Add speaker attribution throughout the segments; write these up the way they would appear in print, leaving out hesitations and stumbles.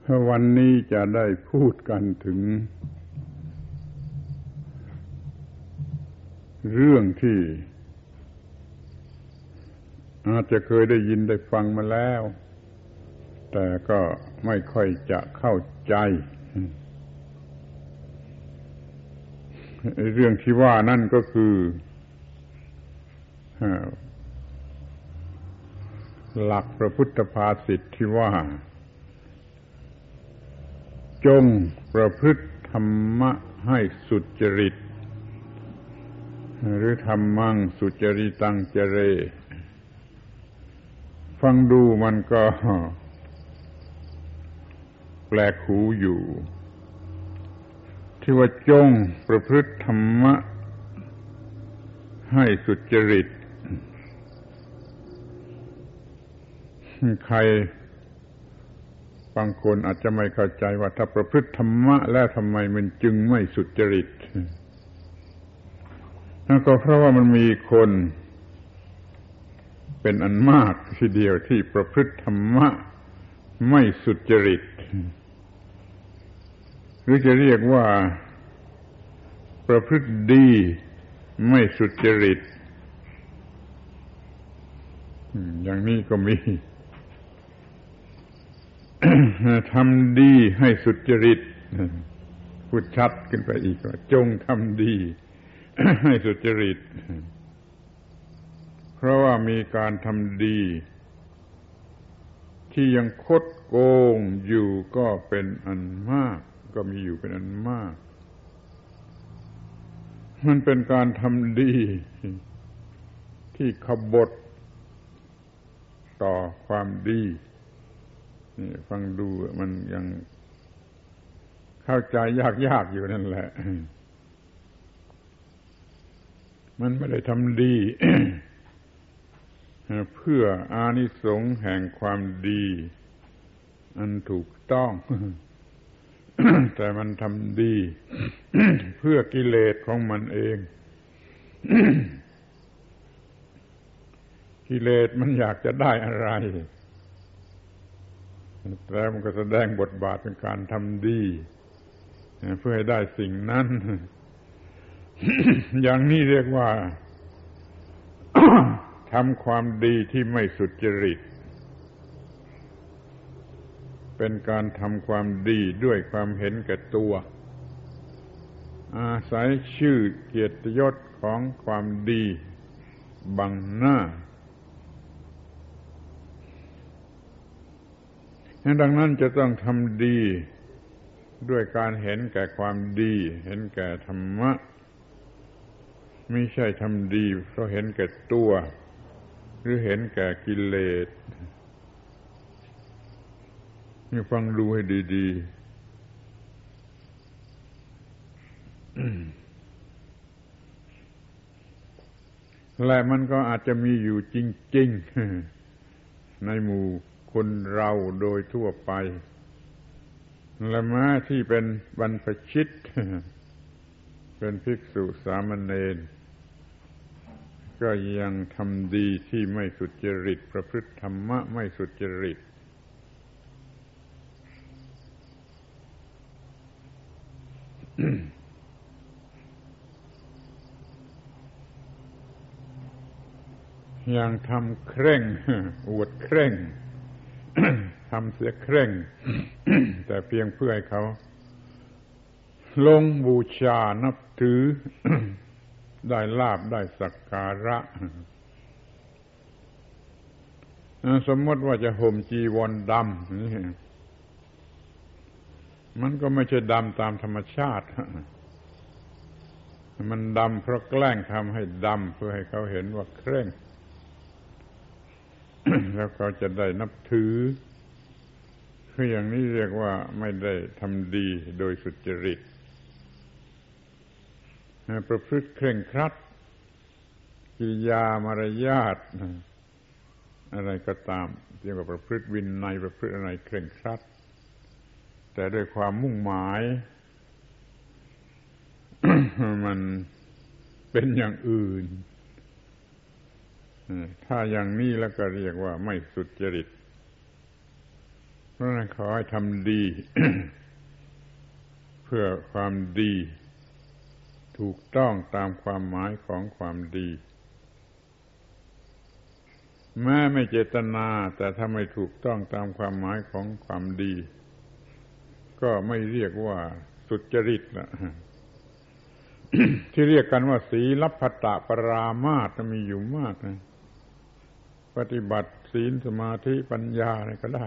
Speaker 1: วันนี้จะได้พูดกันถึงเรื่องที่อาจจะเคยได้ยินได้ฟังมาแล้วแต่ก็ไม่ค่อยจะเข้าใจเรื่องที่ว่านั่นก็คือหลักพระพุทธภาษิตที่ว่าจงประพฤติธรรมะให้สุจริตหรือธรรมังสุจริตังจเรฟังดูมันก็แปลกหูอยู่ที่ว่าจงประพฤติธรรมะให้สุจริตใครบางคนอาจจะไม่เข้าใจว่าถ้าประพฤติธรรมะแล้วทำไมมันจึงไม่สุจริตนั่นก็เพราะว่ามันมีคนเป็นอันมากทีเดียวที่ประพฤติธรรมะไม่สุจริตหรือจะเรียกว่าประพฤติดีไม่สุจริตอย่างนี้ก็มีทำดีให้สุจริตพูดชัดขึ้นไปอีกว่าจงทำดีให้สุจริตเพราะว่ามีการทำดีที่ยังคดโกงอยู่ก็เป็นอันมากก็มีอยู่เป็นอันมากมันเป็นการทำดีที่ขบฏต่อความดีนี่ฟังดูมันยังเข้าใจยากๆอยู่นั่นแหละมันไม่ได้ทำดี เพื่ออานิสงส์แห่งความดีอันถูกต้อง แต่มันทำดี เพื่อกิเลสของมันเอง กิเลสมันอยากจะได้อะไรแล้วมันก็แสดงบทบาทเป็นการทำดีเพื่อให้ได้สิ่งนั้น อย่างนี้เรียกว่า ทำความดีที่ไม่สุจริตเป็นการทำความดีด้วยความเห็นแก่ตัวอาศัยชื่อเกียรติยศของความดีบังหน้าดังนั้นจะต้องทำดีด้วยการเห็นแก่ความดีเห็นแก่ธรรมะไม่ใช่ทำดีเพราะเห็นแก่ตัวหรือเห็นแก่กิเลสนี่ฟังดูให้ดีๆ และมันก็อาจจะมีอยู่จริงๆในหมู่คนเราโดยทั่วไปและแม้ที่เป็นบรรพชิตเป็นภิกษุสามเณรก็ยังทำดีที่ไม่สุจริตประพฤติธรรมะไม่สุจริตอย่างทำเคร่งอวดเคร่ง ทำเสียเคร่ง แต่เพียงเพื่อให้เขาลงบูชานับถือ ได้ลาภได้สักการะสมมติว่าจะห่มจีวรดำนี่มันก็ไม่ใช่ดำตามธรรมชาติมันดำเพราะแกล้งทำให้ดำเพื่อให้เขาเห็นว่าเคร่ง แล้วเขาจะได้นับถือคืออย่างนี้เรียกว่าไม่ได้ทำดีโดยสุจริตประพฤติเคร่งครัดกิริยามารยาทอะไรก็ตามเรียกว่าประพฤติวินัยประพฤติอะไรเคร่งครัดแต่ด้วยความมุ่งหมาย มันเป็นอย่างอื่นถ้าอย่างนี้แล้วก็เรียกว่าไม่สุจริตเพราะนั้นขอให้ทำดี เพื่อความดีถูกต้องตามความหมายของความดีแม้ไม่เจตนาแต่ถ้าไม่ถูกต้องตามความหมายของความดีก็ไม่เรียกว่าสุจริตละ ที่เรียกกันว่าศีลัพพตปรามาสมีอยู่มากนะปฏิบัติศีลสมาธิปัญญาอะไรก็ได้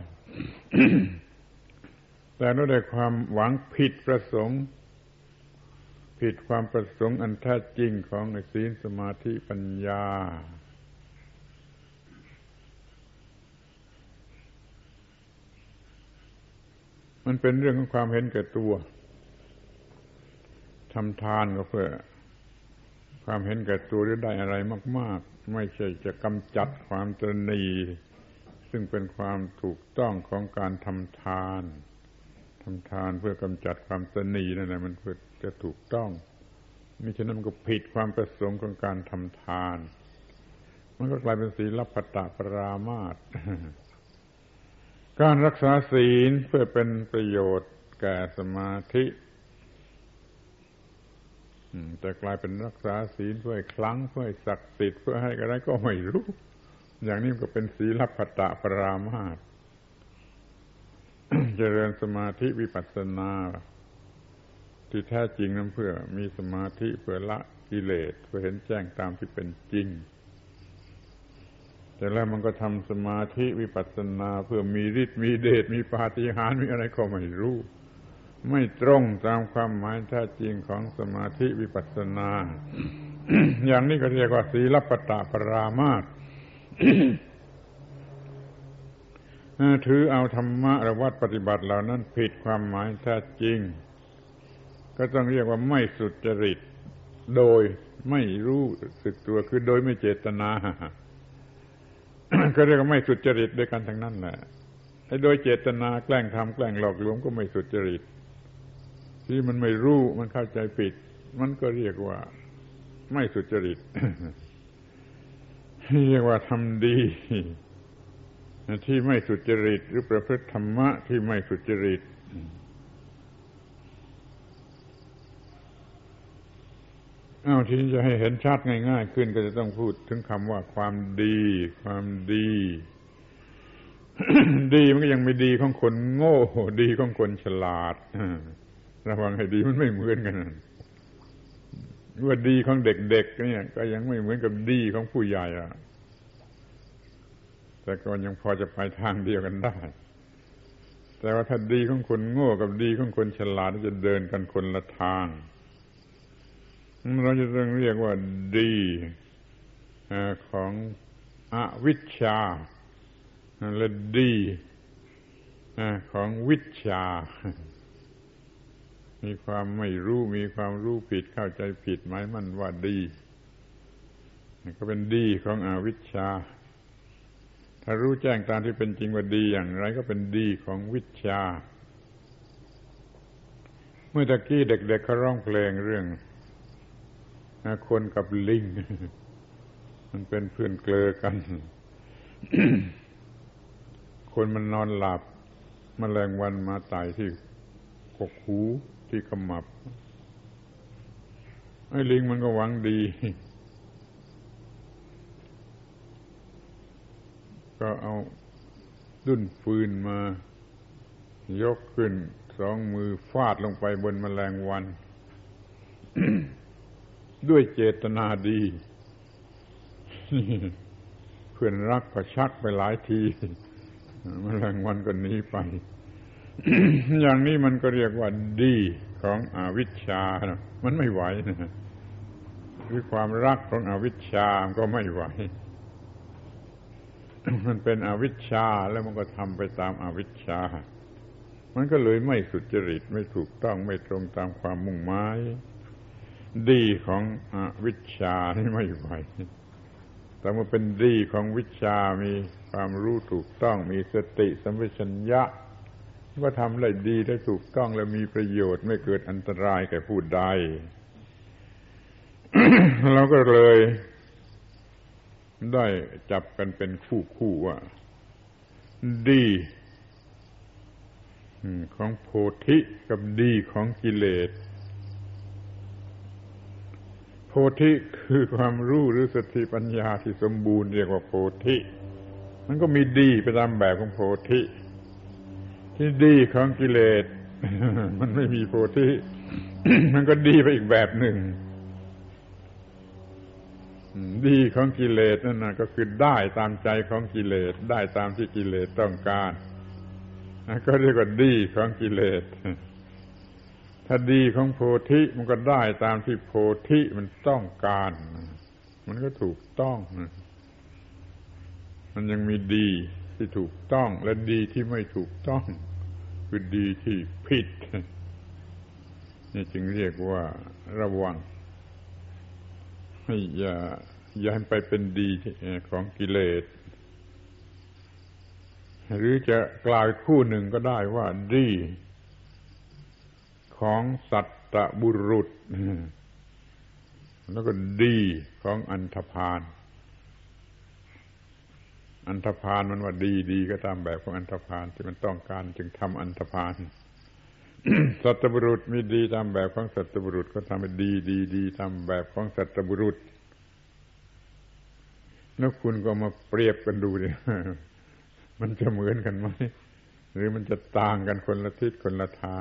Speaker 1: แต่ด้วยความหวังผิดประสงค์ผิดความประสงค์อันแท้จริงของศีลสมาธิปัญญามันเป็นเรื่องของความเห็นแก่ตัวทำทานก็เพื่อความเห็นแก่ตัวหรือได้อะไรมากๆไม่ใช่จะกำจัดความตนีซึ่งเป็นความถูกต้องของการทำทานเพื่อกำจัดความตนีนั่นแหละมันเพื่อจะถูกต้องมิฉะนั้นมันก็ผิดความประสงค์ของการทำทานมันก็กลายเป็นศีลัพพตปรามาส การรักษาศีลเพื่อเป็นประโยชน์แก่สมาธิแต่กลายเป็นรักษาศีลเพื่อคลังเพื่อศักดิ์สิทธิ์เพื่อให้อะไรก็ไม่รู้อย่างนี้ก็เป็นศีลัพพตปรามาส เจริญสมาธิวิปัสสนาที่แท้จริงนั้นเพื่อมีสมาธิเพื่อละกิเลสเพื่อเห็นแจ้งตามที่เป็นจริงแต่แล้วมันก็ทำสมาธิวิปัสสนาเพื่อมีฤทธิ์มีเดชมีปาฏิหาริย์มีอะไรก็ไม่รู้ไม่ตรงตามความหมายแท้จริงของสมาธิวิปัสสนา อย่างนี้ก็เรียกว่าศีลัพพตปรามาส ถือเอาธรรมะและวัดปฏิบัติเหล่านั้นผิดความหมายแท้จริงก็ต้องเรียกว่าไม่สุจริตโดยไม่รู้สึกตัวคือโดยไม่เจตนา ก็เรียกว่าไม่สุจริตด้วยกันทั้งนั้นแหละไอ้โดยเจตนาแกล้งทำแกล้งหลอกลวงก็ไม่สุจริตที่มันไม่รู้มันเข้าใจผิดมันก็เรียกว่าไม่สุจริต เรียกว่าทำดีที่ไม่สุจริตหรือประพฤติธรรมะที่ไม่สุจริตทีนี้จะให้เห็นชัดง่ายๆขึ้นก็จะต้องพูดถึงคำว่าความดีความดี ดีมันก็ยังไม่ดีของคนโง่ดีของคนฉลาดระวังให้ดีมันไม่เหมือนกันว่าดีของเด็กๆเนี่ยก็ยังไม่เหมือนกับดีของผู้ใหญ่แต่ก็ยังพอจะไปทางเดียวกันได้แต่ว่าถ้าดีของคนโง่กับดีของคนฉลาดจะเดินกันคนละทางเราจะต้องเรียกว่าดีของอวิชชาและดีของวิชชามีความไม่รู้มีความรู้ผิดเข้าใจผิดหมายมั่นว่าดีก็เป็นดีของอวิชชาถ้ารู้แจ้งตามที่เป็นจริงว่าดีอย่างไรก็เป็นดีของวิชชาเมื่อตะกี้เด็กๆเขาร้องเพลงเรื่องคนกับลิง มันเป็นเพื่อนเกลอกัน คนมันนอนหลับแมลงวันมาไต่ที่กกหูที่ขมับไอ้ลิงมันก็หวังดี ก็เอาดุ้นฟืนมายกขึ้นสองมือฟาดลงไปบนแมลงวัน ด้วยเจตนาดีเพื่อนรักก็ชักไปหลายทีแมลงวันก็หนีไป อย่างนี้มันก็เรียกว่าดีของอวิชชานะมันไม่ไหวนะคือความรักของอวิชชามันก็ไม่ไหว มันเป็นอวิชชาแล้วมันก็ทำไปตามอวิชชามันก็เลยไม่สุจริตไม่ถูกต้องไม่ตรงตามความมุ่งหมายดีของอวิชชานี่ไม่ไหวแต่เมื่อเป็นดีของวิชามีความรู้ถูกต้องมีสติสัมปชัญญะก็ทำได้ดีได้ถูกต้องและมีประโยชน์ไม่เกิดอันตรายแก่ผู้ใด เราก็เลยได้จับกันเป็นคู่ว่าดีของโพธิกับดีของกิเลสโพธิคือความรู้หรือสติปัญญาที่สมบูรณ์เรียกว่าโพธิมันก็มีดีไปตามแบบของโพธิที่ดีของกิเลส มันไม่มีโพธิ มันก็ดีไปอีกแบบหนึ่งดีของกิเลสนั่นนะก็คือได้ตามใจของกิเลสได้ตามที่กิเลสต้องการก็เรียกว่าดีของกิเลสถ้าดีของโพธิมันก็ได้ตามที่โพธิมันต้องการมันก็ถูกต้องมันยังมีดีที่ถูกต้องและดีที่ไม่ถูกต้องคือดีที่ผิดนี่จึงเรียกว่าระวังให้อย่าให้ไปเป็นดีของกิเลสหรือจะกล่าวคู่หนึ่งก็ได้ว่าดีของสัตตบุรุษแล้วก็ดีของอันธพาลอันธพาลมันว่าดีก็ตามแบบของอันธพาลที่มันต้องการจึงทำอันธพาล สัตตบุรุษมีดีตามแบบของสัตตบุรุษก็ทำให้ดีตามแบบของสัตตบุรุษแล้วคุณก็มาเปรียบกันดูดิ มันจะเหมือนกันไหมหรือมันจะต่างกันคนละทิศคนละทาง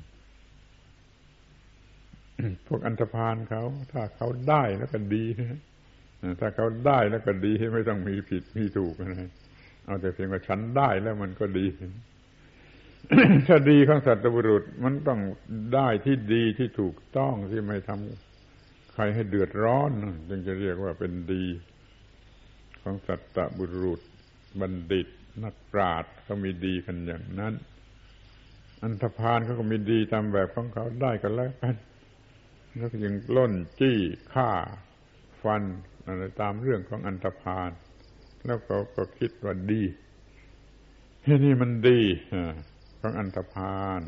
Speaker 1: พวกอันธพาลเขาถ้าเขาได้แล้วก็ดีถ้าเขาได้แล้วก็ดีไม่ต้องมีผิดมีถูกอะไรเอาแต่เพียงว่าฉันได้แล้วมันก็ดี ถ้าดีของสัตว์บุรุษมันต้องได้ที่ดีที่ถูกต้องที่ไม่ทำใครให้เดือดร้อนจึงจะเรียกว่าเป็นดีของสัตว์บุรุษบัณฑิตนักปราชญ์เขามีดีกันอย่างนั้นอันธพาลเขาก็มีดีตามแบบของเขาได้กันแล้วกันแล้วก็ยังปล้นจี้ฆ่าฟันอะไรตามเรื่องของอันธพาลแล้วเขาก็คิดว่าดีนี่มันดีของอันธพาล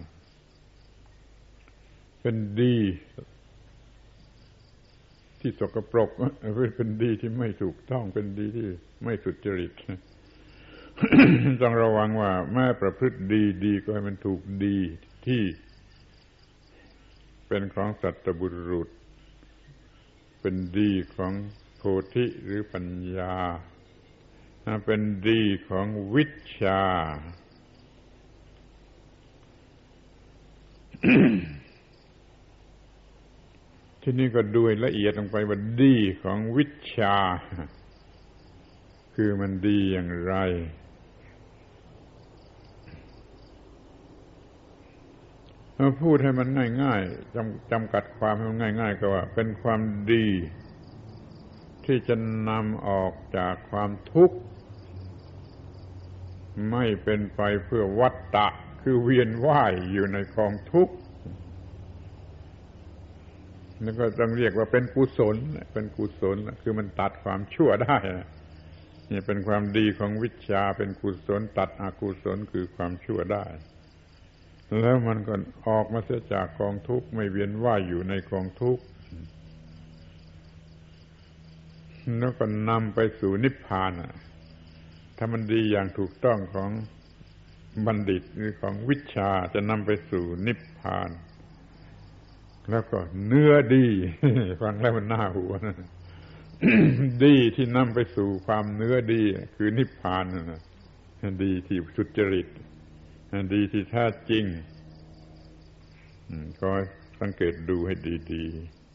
Speaker 1: เป็นดีที่สกปรกเป็นดีที่ไม่ถูกต้องเป็นดีที่ไม่สุจริต ต้องระวังว่าแม้ประพฤติดีก็ให้มันถูกดีที่เป็นของสัตตบุรุษเป็นดีของโพธิหรือปัญญาเป็นดีของวิชชา ที่นี่ก็ดูละเอียดลงไปว่าดีของวิชาคือมันดีอย่างไรพูดให้มันง่ายๆจำกัดความให้มันง่ายๆก็ว่าเป็นความดีที่จะนำออกจากความทุกข์ไม่เป็นไปเพื่อวัฏฏะคือเวียนว่ายอยู่ในกองทุกข์นั่นก็ต้องเรียกว่าเป็นกุศลเป็นกุศลคือมันตัดความชั่วได้นี่เป็นความดีของวิชาเป็นกุศลตัดอกุศลคือความชั่วได้แล้วมันก็ออกมาเสียจากกองทุกข์ไม่เวียนว่ายอยู่ในกองทุกข์แล้วก็นำไปสู่นิพพานถ้ามันดีอย่างถูกต้องของบัณฑิตหรือของวิชาจะนำไปสู่นิพพานแล้วก็เนื้อดีฟังแล้วมันน่าหัวนะ ดีที่นำไปสู่ความเนื้อดีคือนิพพานนะดีที่สุจริตดีที่แท้จริงก็สังเกตดูให้ดี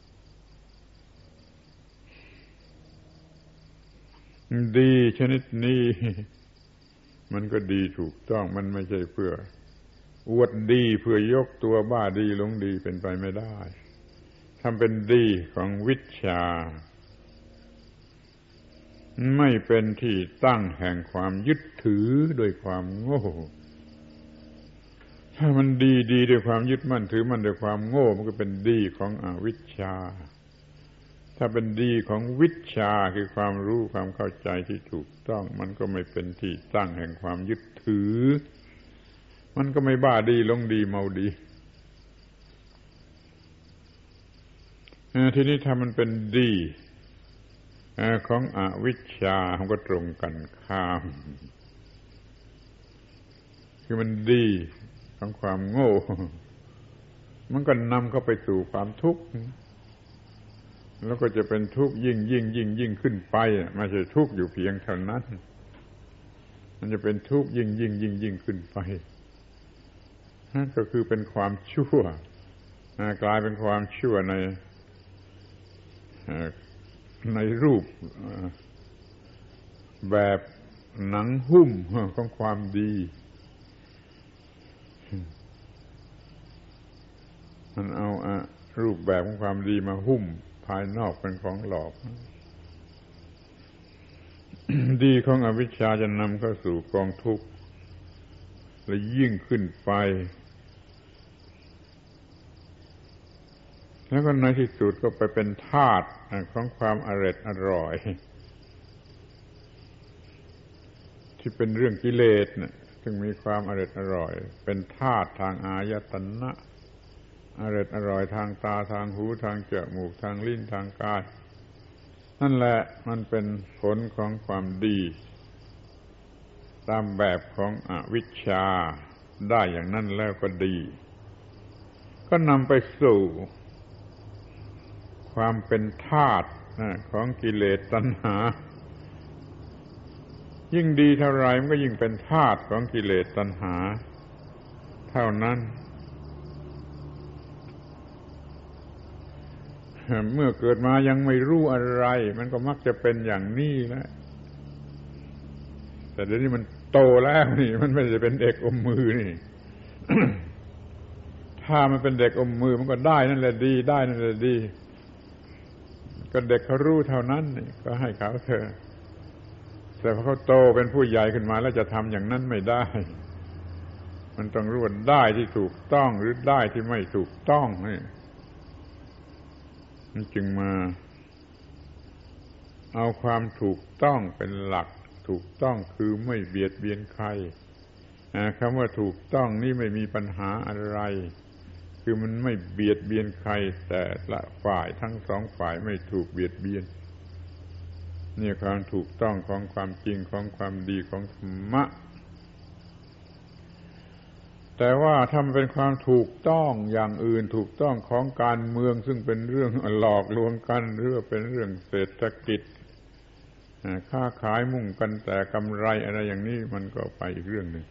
Speaker 1: ๆดีชนิดนี้มันก็ดีถูกต้องมันไม่ใช่เพื่ออวดดีเพื่อยกตัวบ้าดีหลงดีเป็นไปไม่ได้ทำเป็นดีของวิชาไม่เป็นที่ตั้งแห่งความยึดถือโดยความโง่ถ้ามันดีด้วยความยึดมั่นถือมั่นด้วยความโง่มันก็เป็นดีของอวิชชาถ้าเป็นดีของวิชาคือความรู้ความเข้าใจที่ถูกต้องมันก็ไม่เป็นที่ตั้งแห่งความยึดถือมันก็ไม่บ้าดีหลงดีเมาดีทีนี้ถ้ามันเป็นดีของอวิชชามันก็ตรงกันข้ามคือมันดีของความโง่มันก็นำเข้าไปสู่ความทุกข์แล้วก็จะเป็นทุกข์ยิ่งขึ้นไปไม่ใช่ทุกข์อยู่เพียงเท่านั้นมันจะเป็นทุกข์ยิ่งขึ้นไปนั่นก็คือเป็นความชั่วกลายเป็นความชั่วในรูปแบบหนังหุ้มของความดีมันเอารูปแบบของความดีมาหุ้มภายนอกเป็นของหลอก ดีของอวิชชาจะนำเข้าสู่กองทุกข์และยิ่งขึ้นไปแล้วก็ในที่สุดก็ไปเป็นทาสของความอร่อยที่เป็นเรื่องกิเลสน่ะซึ่งมีความอร่อยเป็นทาสทางอายตนะอร่อยทางตาทางหูทางจมูกทางลิ้นทางกายนั่นแหละมันเป็นผลของความดีตามแบบของอวิชชาได้อย่างนั้นแล้วก็ดีก็นำไปสู่ความเป็นทาสของกิเลสตัณหายิ่งดีเท่าไรมันก็ยิ่งเป็นทาสของกิเลสตัณหาเท่านั้นเมื่อเกิดมายังไม่รู้อะไรมันก็มักจะเป็นอย่างนี้แหละแต่เดี๋ยวนี้มันโตแล้วนี่มันไม่ได้เป็นเด็กอมมือนี่ ถ้ามันเป็นเด็กอมมือมันก็ได้นั่นแหละดีได้นั่นแหละดีก็เด็กเขารู้เท่านั้นนี่ก็ให้เขาเถอะแต่พอเขาโตเป็นผู้ใหญ่ขึ้นมาแล้วจะทำอย่างนั้นไม่ได้มันต้องรู้ว่าได้ที่ถูกต้องหรือได้ที่ไม่ถูกต้องนี่มันจึงมาเอาความถูกต้องเป็นหลักถูกต้องคือไม่เบียดเบียนใครคำว่าถูกต้องนี่ไม่มีปัญหาอะไรคือมันไม่เบียดเบียนใครแต่ละฝ่ายทั้งสองฝ่ายไม่ถูกเบียดเบียนนี่ความถูกต้องของความจริงของความดีของธรรมะแต่ว่าถ้ามันเป็นความถูกต้องอย่างอื่นถูกต้องของการเมืองซึ่งเป็นเรื่องหลอกลวงกันหรือเป็นเรื่องเศรษฐกิจค้าขายมุ่งกันแต่กำไรอะไรอย่างนี้มันก็ไปอีกเรื่องหนึ่ง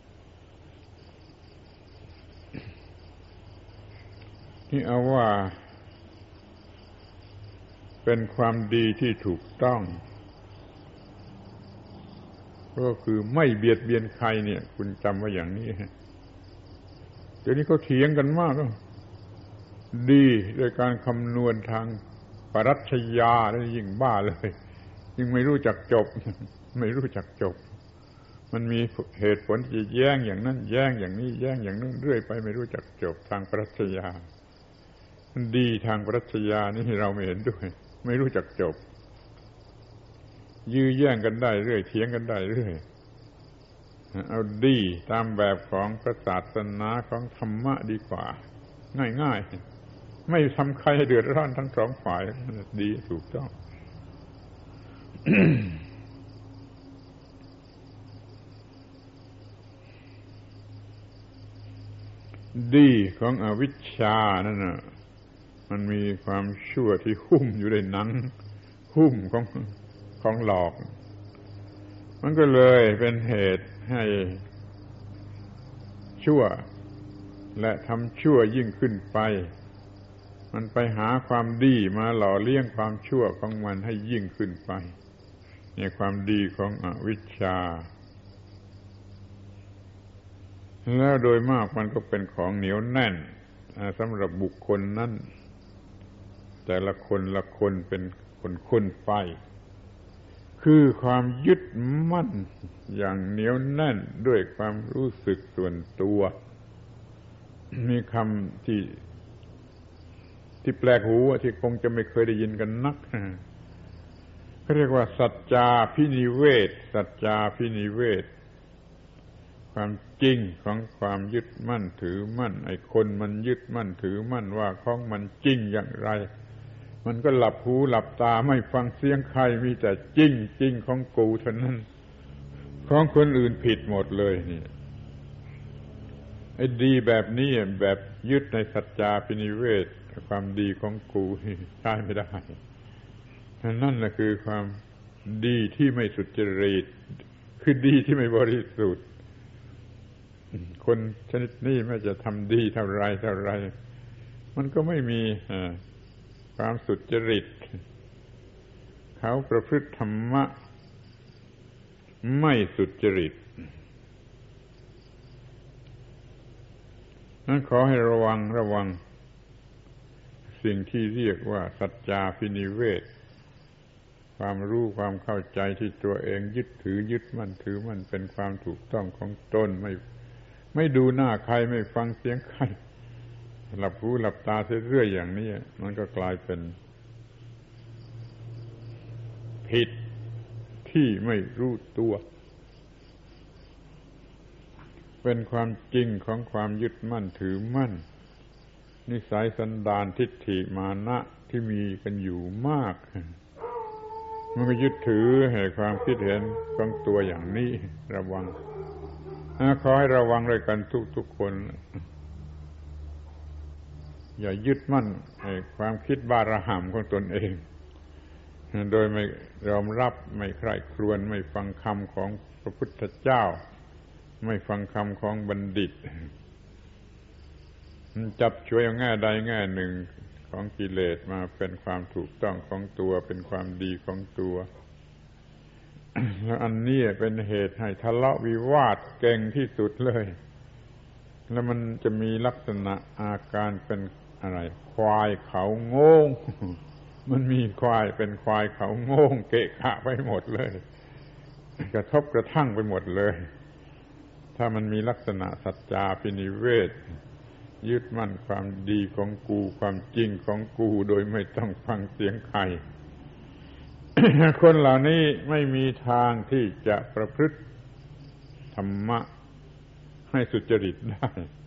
Speaker 1: ที่เอาว่าเป็นความดีที่ถูกต้องก็คือไม่เบียดเบียนใครเนี่ยคุณจำไว้อย่างนี้เดี๋ยวนี้เขาเถียงกันมากดีโดยการคำนวณทางปรัชญาแล้วยิ่งบ้าเลยยิ่งไม่รู้จักจบไม่รู้จักจบมันมีเหตุผลที่แย้งอย่างนั้นแย้งอย่างนี้แย้งอย่างนั้นเรื่อยไปไม่รู้จักจบทางปรัชญาดีทางปรัชญานี่เราไม่เห็นด้วยไม่รู้จักจบยื้อแย่งกันได้เรื่อยเถียงกันได้เรื่อยเอาดีตามแบบของพระศาสนาของธรรมะดีกว่าง่ายๆไม่ทำใครให้เดือดร้อนทั้งสองฝ่ายดีถูกต้อง ดีของอวิชชานั่นน่ะมันมีความชั่วที่หุ้มอยู่ในหนังหุ้มของหลอกมันก็เลยเป็นเหตุให้ชั่วและทำชั่วยิ่งขึ้นไปมันไปหาความดีมาหล่อเลี้ยงความชั่วของมันให้ยิ่งขึ้นไปนี่ความดีของอวิชชาแล้วโดยมากมันก็เป็นของเหนียวแน่นสำหรับบุคคลนั้นแต่ละคนเป็นคนไปคือความยึดมั่นอย่างเหนียวแน่นด้วยความรู้สึกส่วนตัวมีคำที่แปลกหูที่คงจะไม่เคยได้ยินกันนักเขาเรียกว่าสัจจาภินิเวศสัจจาภินิเวศความจริงของความยึดมั่นถือมั่นไอ้คนมันยึดมั่นถือมั่นว่าของมันจริงอย่างไรมันก็หลับหูหลับตาไม่ฟังเสียงใครมีแต่จริงของกูเท่านั้นของคนอื่นผิดหมดเลยนี่ไอ้ดีแบบนี้แบบยึดในสัจจาปินิเวศความดีของกูใช้ไม่ได้นั่นแหละคือความดีที่ไม่สุจริตคือดีที่ไม่บริสุทธิ์คนชนิดนี้แม้จะทำดีเท่าไรมันก็ไม่มีความสุจริตเขาประพฤติธรรมะไม่สุจริตนั้นขอให้ระวังสิ่งที่เรียกว่าสัจจาปินิเวศความรู้ความเข้าใจที่ตัวเองยึดมั่นถือมั่นเป็นความถูกต้องของตนไม่ดูหน้าใครไม่ฟังเสียงใครหลับหูหลับตาเรื่อยๆอย่างนี้มันก็กลายเป็นผิดที่ไม่รู้ตัวเป็นความจริงของความยึดมั่นถือมั่นนิสัยสันดานทิฏฐิมานะที่มีกันอยู่มากมันก็ยึดถือให้ความคิดเห็นของตัวอย่างนี้ระวังขอให้ระวังด้วยกันทุกคนอย่ายึดมั่นให้ความคิดบ้าระห่ำของตนเองโดยไม่ยอมรับไม่ใคร่ครวญไม่ฟังคำของพระพุทธเจ้าไม่ฟังคำของบัณฑิตจับช่วยเอาแง่ใดแง่หนึ่งของกิเลสมาเป็นความถูกต้องของตัวเป็นความดีของตัวแล้วอันนี้เป็นเหตุให้ทะเลาะวิวาทเก่งที่สุดเลยแล้วมันจะมีลักษณะอาการเป็นอะไรควายเขาโง่มันมีควายเป็นควายเขาโง่เกะกะไปหมดเลยกระทบกระทั่งไปหมดเลยถ้ามันมีลักษณะสัจจาปินิเวศยึดมั่นความดีของกูความจริงของกูโดยไม่ต้องฟังเสียงใคร คนเหล่านี้ไม่มีทางที่จะประพฤติธรรมะให้สุจริตได้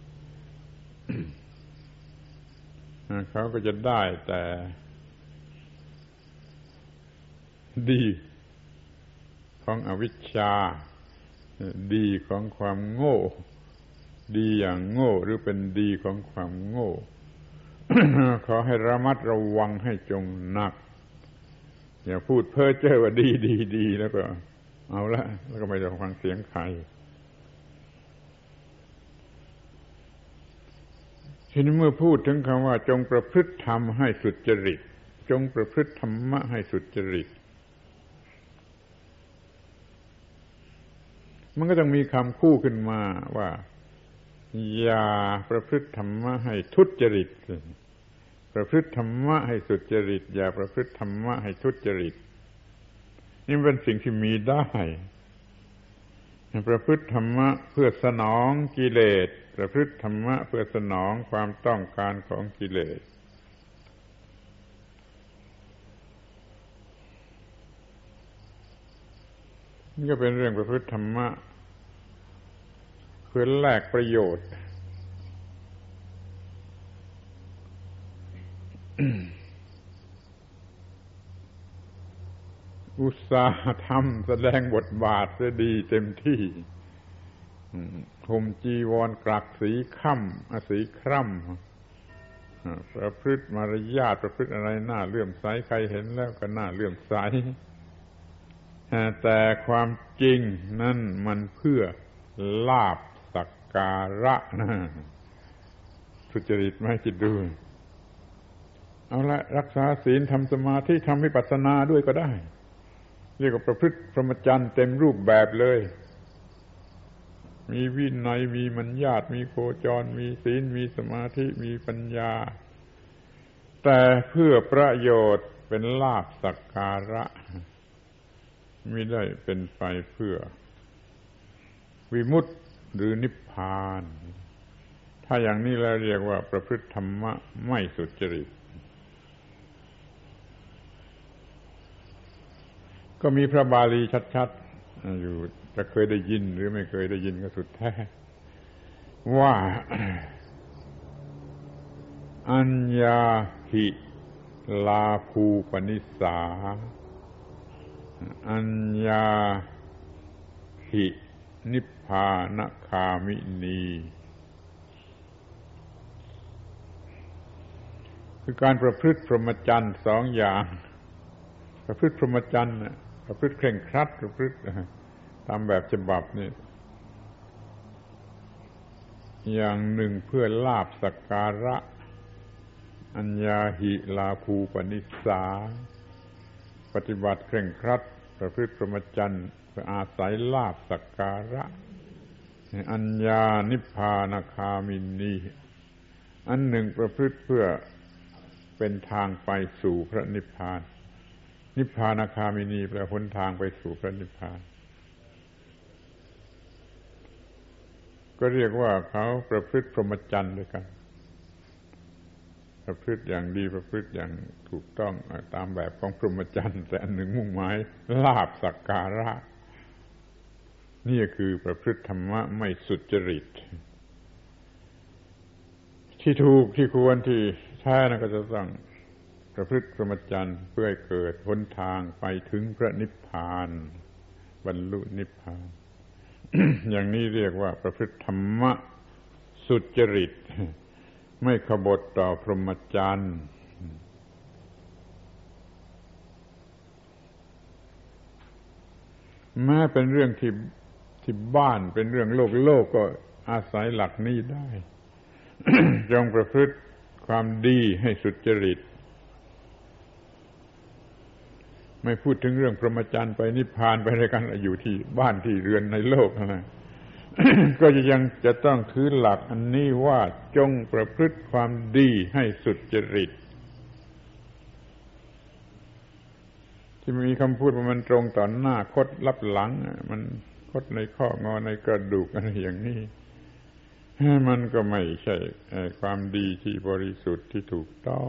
Speaker 1: เขาก็จะได้แต่ดีของอวิชชาดีของความโง่ดีอย่างโง่หรือเป็นดีของความโง่ ขอให้ระมัดระวังให้จงหนักอย่าพูดเพ้อเจ้อว่าดีแล้วก็เอาละแล้วก็ไม่ต้องฟังเสียงใครทีนี้เมื่อพูดถึงคำว่าจงประพฤติธรรมให้สุจริตจงประพฤติธรรมะให้สุจริตมันก็ต้องมีคำคู่ขึ้นมาว่าอย่าประพฤติธรรมะให้ทุจริตประพฤติธรรมะให้สุจริตอย่าประพฤติธรรมะให้ทุจริตนี่เป็นสิ่งที่มีได้ประพฤติธรรมะเพื่อสนองกิเลสประพฤติธรรมะเพื่อสนองความต้องการของกิเลสนี่ก็เป็นเรื่องประพฤติธรรมะเพื่อแลกประโยชน์ อุตสาหธรรมแสดงบทบาทได้ดีเต็มที่ห่มจีวรกรักสีค่ำสีคร่ำประพฤติมารยาทประพฤติอะไรน่าเลื่อมใสใครเห็นแล้วก็น่าเลื่อมใสแต่ความจริงนั่นมันเพื่อลาภสักการะนะสุจริตไหมคิดดูเอาละรักษาศีลทำสมาธิทำวิปัสสนาด้วยก็ได้เรียกว่าประพฤติพรหมจรรย์เต็มรูปแบบเลยมีวินัยมีมัญญาตมีโคจรมีศีลมีสมาธิมีปัญญาแต่เพื่อประโยชน์เป็นลาภสักการะไม่ได้เป็นไปเพื่อวิมุตติหรือนิพพานถ้าอย่างนี้แล้วเรียกว่าประพฤติธรรมะไม่สุจริตก็มีพระบาลีชัดๆอยู่จะเคยได้ยินหรือไม่เคยได้ยินก็สุดแท้ว่า อัญญาหิลาภูปนิสสาอัญญาหินิพพานคามินีคือการประพฤติพรหมจรรย์สองอย่างประพฤติพรหมจรรย์ประพฤติเคร่งครัดประพฤติตามแบบฉบับนี่อย่างหนึ่งเพื่อลาภสักการะอัญญาหิลาภูปนิสสาปฏิบัติเคร่งครัดประพฤติพรหมจรรย์เพื่ออาศัยลาภสักการะอัญญานิพพานคามินีอันหนึ่งประพฤติเพื่อเป็นทางไปสู่พระนิพพานนิพพานคามินีแปลหนทางไปสู่พระนิพพานก็เรียกว่าเขาประพฤติพรหมจรรย์ด้วยกันประพฤติอย่างดีประพฤติอย่างถูกต้องตามแบบของพรหมจรรย์แต่อันหนึ่งมุ่งหมายลาภสักการะนี่คือประพฤติธรรมะไม่สุจริตที่ถูกที่ควรที่แท้นั่นก็จะต้องประพฤติพรหมจรรย์เพื่อให้เกิดหนทางไปถึงพระนิพพานบรรลุนิพพาน อย่างนี้เรียกว่าประพฤติธรรมะสุจริตไม่ขบถต่อพรหมจรรย์แม้เป็นเรื่องที่บ้านเป็นเรื่องโลกก็อาศัยหลักนี้ได้ จงประพฤติความดีให้สุจริตไม่พูดถึงเรื่องพรหมจรรย์ไปนิพพานไปด้วยกันอยู่ที่บ้านที่เรือนในโลกนะ ก็ยังจะต้องถือหลักอันนี้ว่าจงประพฤติความดีให้สุจริตที่มีคำพูดว่ามันตรงต่อหน้าคดลับหลังมันคดในข้องอในกระดูกอะไรอย่างนี้มันก็ไม่ใช่ความดีที่บริสุทธิ์ที่ถูกต้อง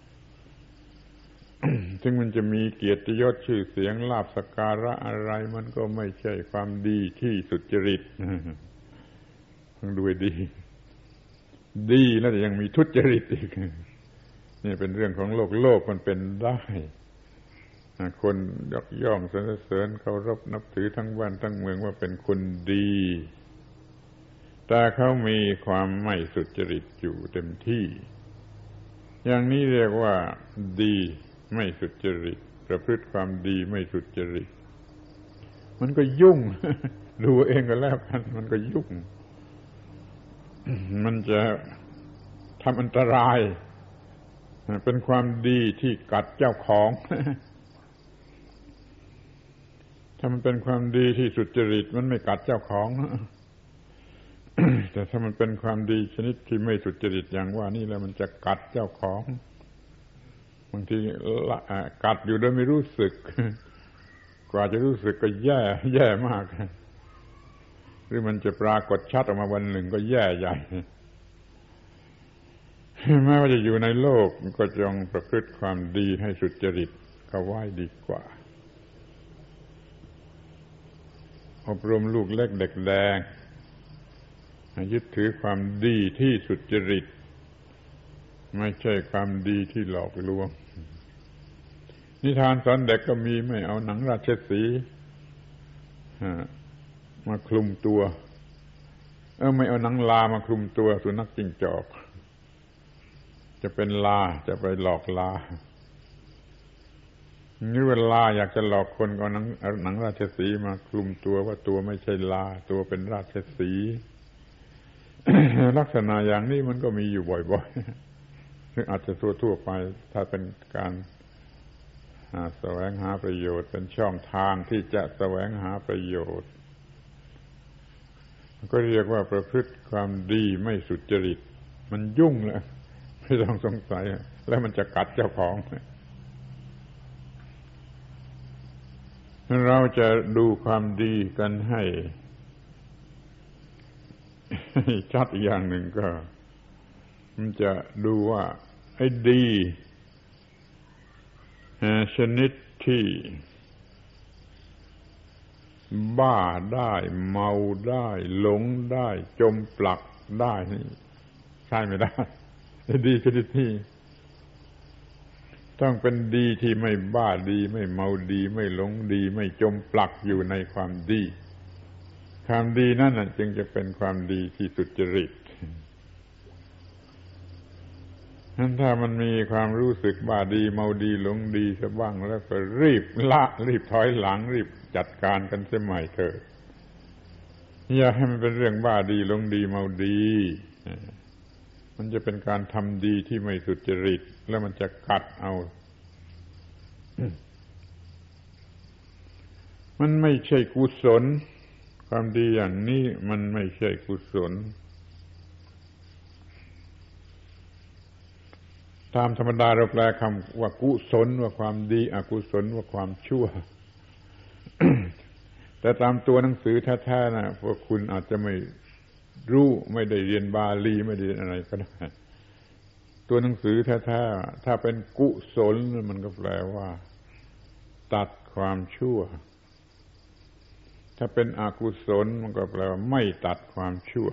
Speaker 1: ถึงมันจะมีเกียรติยศชื่อเสียงลาภสักการะอะไรมันก็ไม่ใช่ความดีที่สุจริตต้องดูให้ดีแล้วแต่ยังมีทุจริตอีกนี่เป็นเรื่องของโลกมันเป็นได้คนยกย่องสรรเสริญเคารพนับถือทั้งบ้านทั้งเมืองว่าเป็นคนดีแต่เขามีความไม่สุจริตอยู่เต็มที่อย่างนี้เรียกว่าดีไม่สุจริตประพฤติความดีไม่สุจริตมันก็ยุ่ง ดูเองก็แล้วกันมันก็ยุ่ง มันจะทำอันตรายเป็นความดีที่กัดเจ้าของ ถ้ามันเป็นความดีที่สุจริตมันไม่กัดเจ้าของ แต่ถ้ามันเป็นความดีชนิดที่ไม่สุจริตอย่างว่านี่แล้วมันจะกัดเจ้าของบางทีกัดอยู่โดยไม่รู้สึก กว่าจะรู้สึกก็แย่มากหรือมันจะปรากฏชัดออกมาวันหนึ่งก็แย่ใหญ่ แม้ว่าจะอยู่ในโลกก็จงประพฤติความดีให้สุจริตเข้าไว้ดีกว่าอบรมลูกเล็กเด็กแดงยึดถือความดีที่สุจริตไม่ใช่ความดีที่หลอกลวงนิทานสอนเด็กก็มีไม่เอาหนังราชสีห์มาคลุมตัวไม่เอาหนังลามาคลุมตัวสุนัขจิ้งจอกจะเป็นลาจะไปหลอกลานี่เวลาอยากจะหลอกคนก็เอาหนังราชสีห์มาคลุมตัวว่าตัวไม่ใช่ลาตัวเป็นราชสีห์ ลักษณะอย่างนี้มันก็มีอยู่บ่อยๆซึ่งอาจจะทั่วไปถ้าเป็นการแสวงหาประโยชน์เป็นช่องทางที่จะแสวงหาประโยชน์ก็เรียกว่าประพฤติความดีไม่สุจริตมันยุ่งแล้วไม่ต้องสงสัยแล้วมันจะกัดเจ้าของเราจะดูความดีกันให้ชัดอีกอย่างหนึ่งก็มันจะดูว่าไอ้ดีชนิดที่บ้าได้เมาได้หลงได้จมปลักได้นี่ใช่ไม่ได้ดีชนิดที่ต้องเป็นดีที่ไม่บ้าดีไม่เมาดีไม่หลงดีไม่จมปลักอยู่ในความดีความดีนั่นจึงจะเป็นความดีที่สุจริตนั้นถ้ามันมีความรู้สึกบ้าดีเมาดีหลงดีซะบ้างแล้วก็รีบละรีบถอยหลังรีบจัดการกันเสียใหม่เถอะอย่าให้มันเป็นเรื่องบ้าดีหลงดีเมาดีมันจะเป็นการทำดีที่ไม่สุจริตแล้วมันจะกัดเอามันไม่ใช่กุศลความดีอย่างนี้มันไม่ใช่กุศลตามธรรมดาเราแปลคำว่ากุศลว่าความดีอกุศลว่าความชั่ว แต่ตามตัวหนังสือแท้ๆนะพวกคุณอาจจะไม่รู้ไม่ได้เรียนบาลีไม่ได้เรียนอะไรก็ได้ตัวหนังสือแท้ๆถ้าเป็นกุศลมันก็แปลว่าตัดความชั่วถ้าเป็นอกุศลมันก็แปลว่าไม่ตัดความชั่ว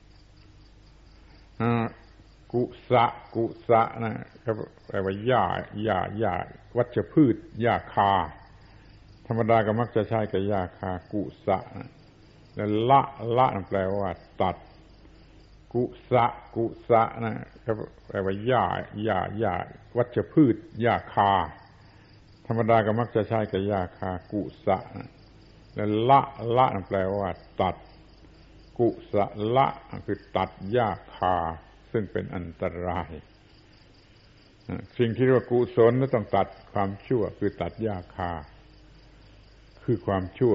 Speaker 1: กุสะนะก็แปลว่าหญ้าวัชพืชหญ้าคาธรรมดาก็มักจะใช้กับหญ้าคากุสะแล้วละแปลว่าตัดกุสะนะก็แปลว่าหญ้าวัชพืชหญ้าคาธรรมดาก็มักจะใช้กับหญ้าคากุสะแล้วละแปลว่าตัดกุสะละคือตัดหญ้าคาซึ่งเป็นอันตรายสิ่งที่เรียกว่ากุศลต้องตัดความชั่วคือตัดหญ้าคาคือความชั่ว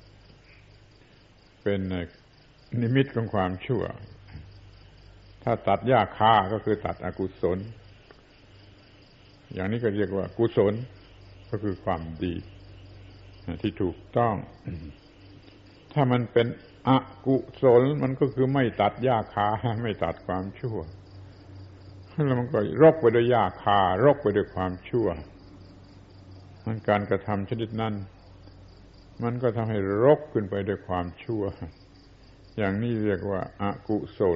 Speaker 1: เป็นนิมิตของความชั่วถ้าตัดหญ้าคาก็คือตัดอกุศลอย่างนี้ก็เรียกว่ากุศลก็คือความดีที่ถูกต้องถ้ามันเป็นอกุศลมันก็คือไม่ตัดหญ้าคาไม่ตัดความชั่วแล้วมันก็รกไปด้วยหญ้าคารกไปด้วยความชั่วมันการกระทำชนิดนั้นมันก็ทำให้รกขึ้นไปด้วยความชั่วอย่างนี้เรียกว่าอกุศล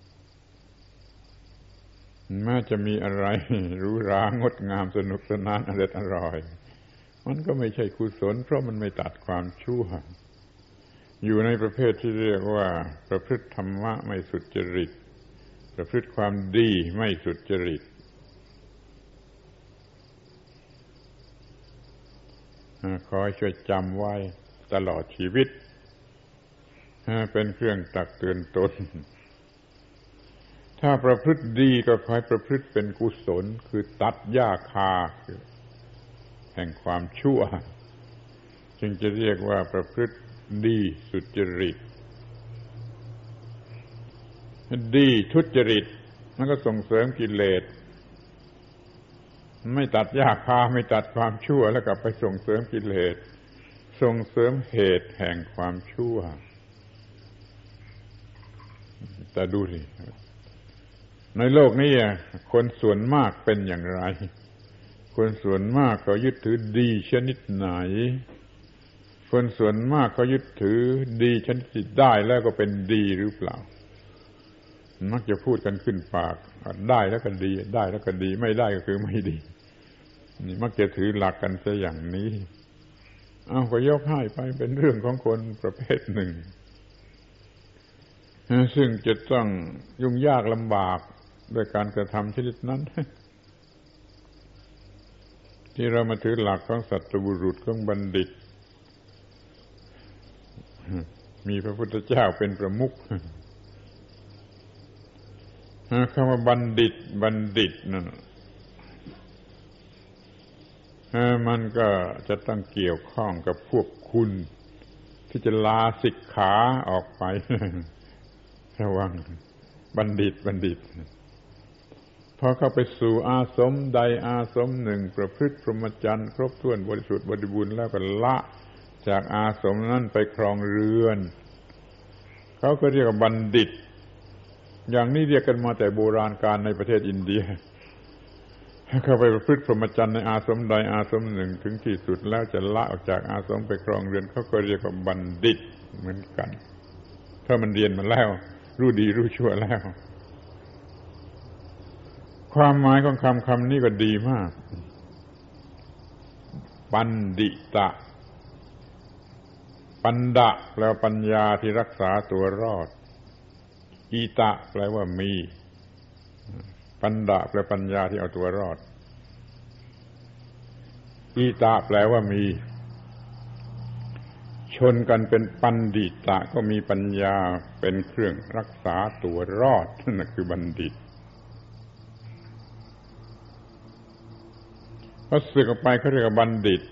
Speaker 1: แม้จะมีอะไรหรูหรางดงามสนุกสนานอร่อยมันก็ไม่ใช่กุศลเพราะมันไม่ตัดความชั่วอยู่ในประเภทที่เรียกว่าประพฤติธรรมะไม่สุจริตประพฤติความดีไม่สุจริตขอให้ช่วยจำไว้ตลอดชีวิตเป็นเครื่องตักเตือนตนถ้าประพฤติดีก็ขอให้ประพฤติเป็นกุศลคือตัดหญ้าคาแห่งความชั่วจึงจะเรียกว่าประพฤติดีสุจริตดีทุจริตมันก็ส่งเสริมกิเลสไม่ตัดหญ้าคาไม่ตัดความชั่วแล้วกลับไปส่งเสริมกิเลสส่งเสริมเหตุแห่งความชั่วแต่ดูสิในโลกนี้คนส่วนมากเป็นอย่างไรคนส่วนมากเขายึดถือดีชนิดไหนคนส่วนมากเขายึดถือดีชนิดที่ได้แล้วก็เป็นดีหรือเปล่ามักจะพูดกันขึ้นปากได้แล้วก็ดีได้แล้วก็ดีไม่ได้ก็คือไม่ดีนี่มักจะถือหลักกันซะอย่างนี้ก็ยกให้ไปเป็นเรื่องของคนประเภทหนึ่งซึ่งจะต้องยุ่งยากลำบากด้วยการกระทำชนิดนั้นที่เรามาถือหลักของสัตบุรุษของบัณฑิตมีพระพุทธเจ้าเป็นประมุขคำว่าบัณฑิตนั่นมันก็จะต้องเกี่ยวข้องกับพวกคุณที่จะลาสิกขาออกไประวังบัณฑิตพอเข้าไปสู่อาสมใดอาสมหนึ่งประพฤติพรหมจรรย์ครบถ้วนบริสุทธิ์บริบูรณ์แล้วก็ละจากอาสมนั้นไปครองเรือนเขาก็เรียกว่าบัณฑิตอย่างนี้เรียกกันมาแต่โบราณกาลในประเทศอินเดียเข้าไปประพฤติพรหมจรรย์ในอาสมใดอาสมหนึ่งถึงที่สุดแล้วจะละออกจากอาสมไปครองเรือนเขาก็เรียกว่าบัณฑิตเหมือนกันถ้ามันเรียนมาแล้วรู้ดีรู้ชั่วแล้วความหมายของคำนี้ก็ดีมากบัณฑิตะปันดะแปลว่าปัญญาที่รักษาตัวรอดอีตะแปลว่ามีปันดาแปลปัญญาที่เอาตัวรอดอีตาแปลว่ามีชนกันเป็นปันดิตะก็มีปัญญาเป็นเครื่องรักษาตัวรอดนั่นคือบัณฑิตพอสึกออกไปเขาเรียกว่าบัณฑิต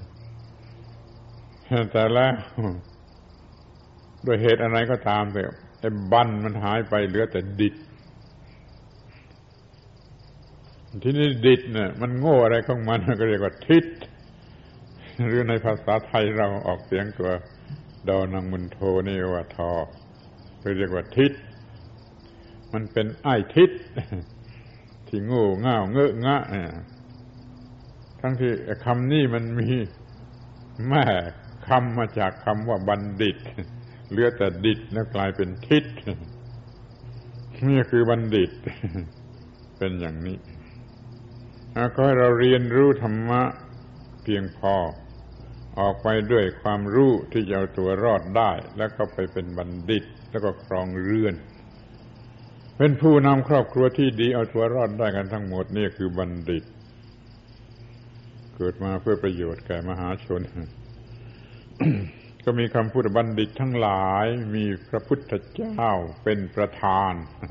Speaker 1: แต่แล้วด้วยเหตุอะไรก็ตามเถอะไอ้บัณมันหายไปเหลือแต่ดิตที่นี่ดิตเนี่ยมันโง่อะไรของมันก็เรียกว่าทิฏหรือในภาษาไทยเราออกเสียงตัวดอนังมุนโทนี่ว่าทอเรียกว่าทิฏมันเป็นไอ้ทิฏที่โง่เง่าเงอะงะทั้งที่คำนี้มันมีแม่คำมาจากคำว่าบัณฑิตเหลือแต่ดิตแล้วกลายเป็นทิฏนี่คือบัณฑิตเป็นอย่างนี้ก็ให้เราเรียนรู้ธรรมะเพียงพอออกไปด้วยความรู้ที่จะเอาตัวรอดได้แล้วก็ไปเป็นบัณฑิตแล้วก็ครองเรือนเป็นผู้นำครอบครัวที่ดีเอาตัวรอดได้กันทั้งหมดนี่คือบัณฑิตเกิดมาเพื่อประโยชน์แก่มหาชน ก็มีคำพูดบัณฑิตทั้งหลายมีพระพุทธเจ้าเป็นประธาน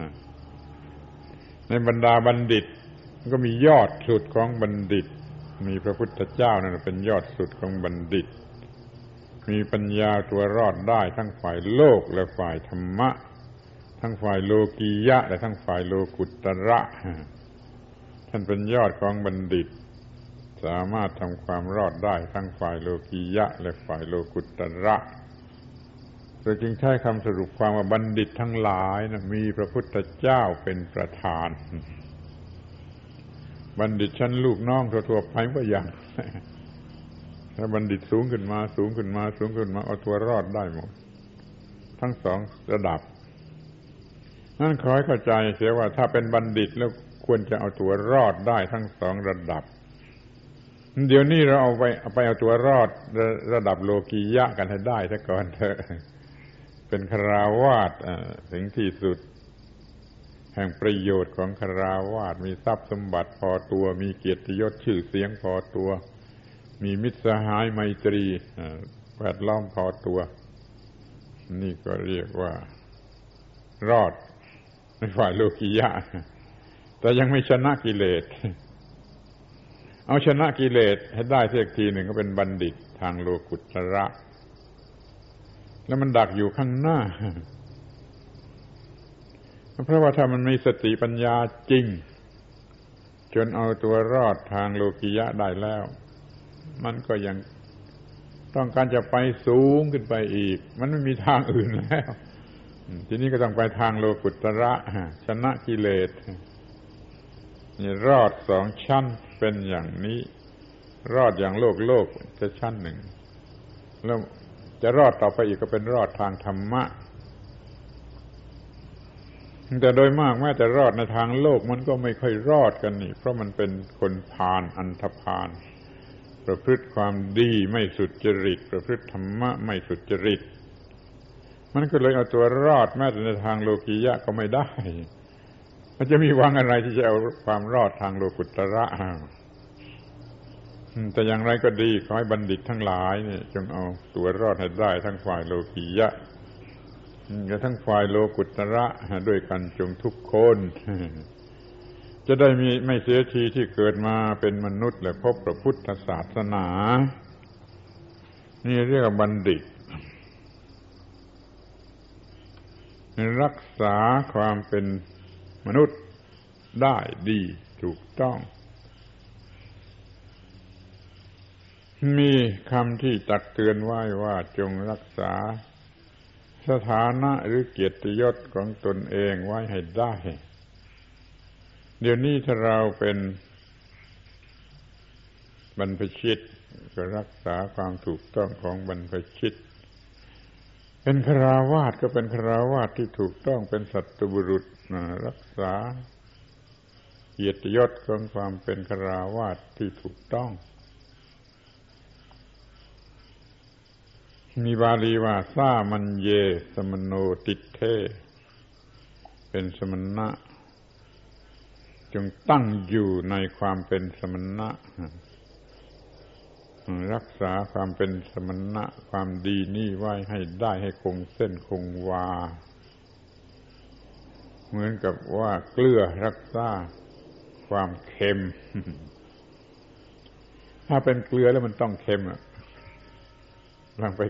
Speaker 1: ในบรรดาบัณฑิตก็มียอดสุดของบัณฑิตมีพระพุทธเจ้านั่นเป็นยอดสุดของบัณฑิตมีปัญญาตัวรอดได้ทั้งฝ่ายโลกและฝ่ายธรรมะทั้งฝ่ายโลกียะและทั้งฝ่ายโลกุตระท่านเป็นยอดของบัณฑิตสามารถทำความรอดได้ทั้งฝ่ายโลกียะและฝ่ายโลกุตระโดยจึงใช้คำสรุปความว่าบัณฑิตทั้งหลายนะมีพระพุทธเจ้าเป็นประธานบัณฑิตชั้นลูกน้องทั่วๆไปก็อย่างถ้าบัณฑิตสูงขึ้นมาเอาตัวรอดได้หมดทั้งสองระดับนั่นขอให้เข้าใจเสียว่าถ้าเป็นบัณฑิตแล้วควรจะเอาตัวรอดได้ทั้งสองระดับเดี๋ยวนี้เราเอาเอาตัวรอดระดับโลกียะกันให้ได้ซะก่อนเถอะเป็นฆราวาสถึงที่สุดแห่งประโยชน์ของฆราวาสมีทรัพย์สมบัติพอตัวมีเกียรติยศชื่อเสียงพอตัวมีมิตรสหายไมตรีแวดล้อมพอตัวนี่ก็เรียกว่ารอดในฝ่ายโลกียะแต่ยังไม่ชนะกิเลสเอาชนะกิเลสให้ได้สักทีหนึ่งก็เป็นบัณฑิตทางโลกุตระแล้วมันดักอยู่ข้างหน้าเพราะว่าถ้ามันมีสติปัญญาจริงจนเอาตัวรอดทางโลกียะได้แล้วมันก็ยังต้องการจะไปสูงขึ้นไปอีกมันไม่มีทางอื่นแล้วทีนี้ก็ต้องไปทางโลกุตระชนะกิเลสนี่รอดสองชั้นเป็นอย่างนี้รอดอย่างโลกจะชั้นหนึ่งแล้วจะรอดต่อไปอีกก็เป็นรอดทางธรรมะแต่โดยมากแม้แต่รอดในทางโลกมันก็ไม่ค่อยรอดกันนี่เพราะมันเป็นคนพาลอันธพาลประพฤติความดีไม่สุจริตประพฤติธรรมะไม่สุจริตมันก็เลยเอาตัวรอดแม้แต่ในทางโลกียะก็ไม่ได้มันจะมีหวังอะไรที่จะเอาความรอดทางโลกุตระแต่อย่างไรก็ดีขอให้บัณฑิตทั้งหลายนี่จงเอาตัวรอดให้ได้ทั้งฝ่ายโลกียะและทั้งฝ่ายโลกุตระด้วยกันจงทุกคนจะได้ไม่เสียทีที่เกิดมาเป็นมนุษย์และพบพระพุทธศาสนานี่เรียกว่าบัณฑิตรักษาความเป็นมนุษย์ได้ดีถูกต้องมีคำที่ตักเตือนไว้ว่าจงรักษาสถานะหรือเกียรติยศของตนเองไว้ให้ได้เดี๋ยวนี้ถ้าเราเป็นบรรพชิตก็รักษาความถูกต้องของบรรพชิตเป็นฆราวาสก็เป็นฆราวาสที่ถูกต้องเป็นสัตบุรุษรักษาเกียรติยศของความเป็นฆราวาสที่ถูกต้องมีบาลีว่าสามัญเยสมโนติเทเป็นสมณะจงตั้งอยู่ในความเป็นสมณะรักษาความเป็นสมณะความดีนี่ไว้ให้ได้ให้คงเส้นคงวาเหมือนกับว่าเกลือรักษาความเค็มถ้าเป็นเกลือแล้วมันต้องเค็มลองไป